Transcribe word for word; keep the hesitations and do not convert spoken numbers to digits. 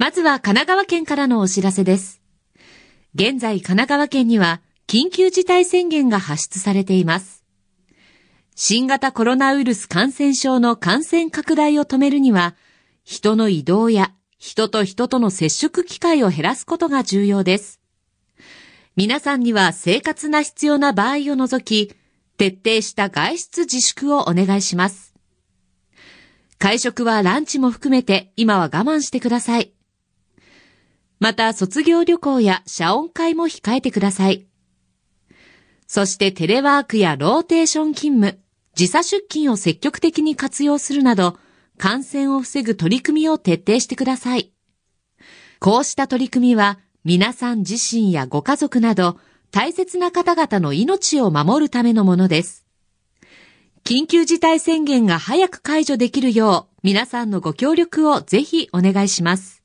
まずは神奈川県からのお知らせです。現在神奈川県には緊急事態宣言が発出されています。新型コロナウイルス感染症の感染拡大を止めるには、人の移動や人と人との接触機会を減らすことが重要です。皆さんには生活が必要な場合を除き、徹底した外出自粛をお願いします。会食はランチも含めて今は我慢してください。また卒業旅行や謝恩会も控えてください。そしてテレワークやローテーション勤務、時差出勤を積極的に活用するなど、感染を防ぐ取り組みを徹底してください。こうした取り組みは皆さん自身やご家族など大切な方々の命を守るためのものです。緊急事態宣言が早く解除できるよう皆さんのご協力をぜひお願いします。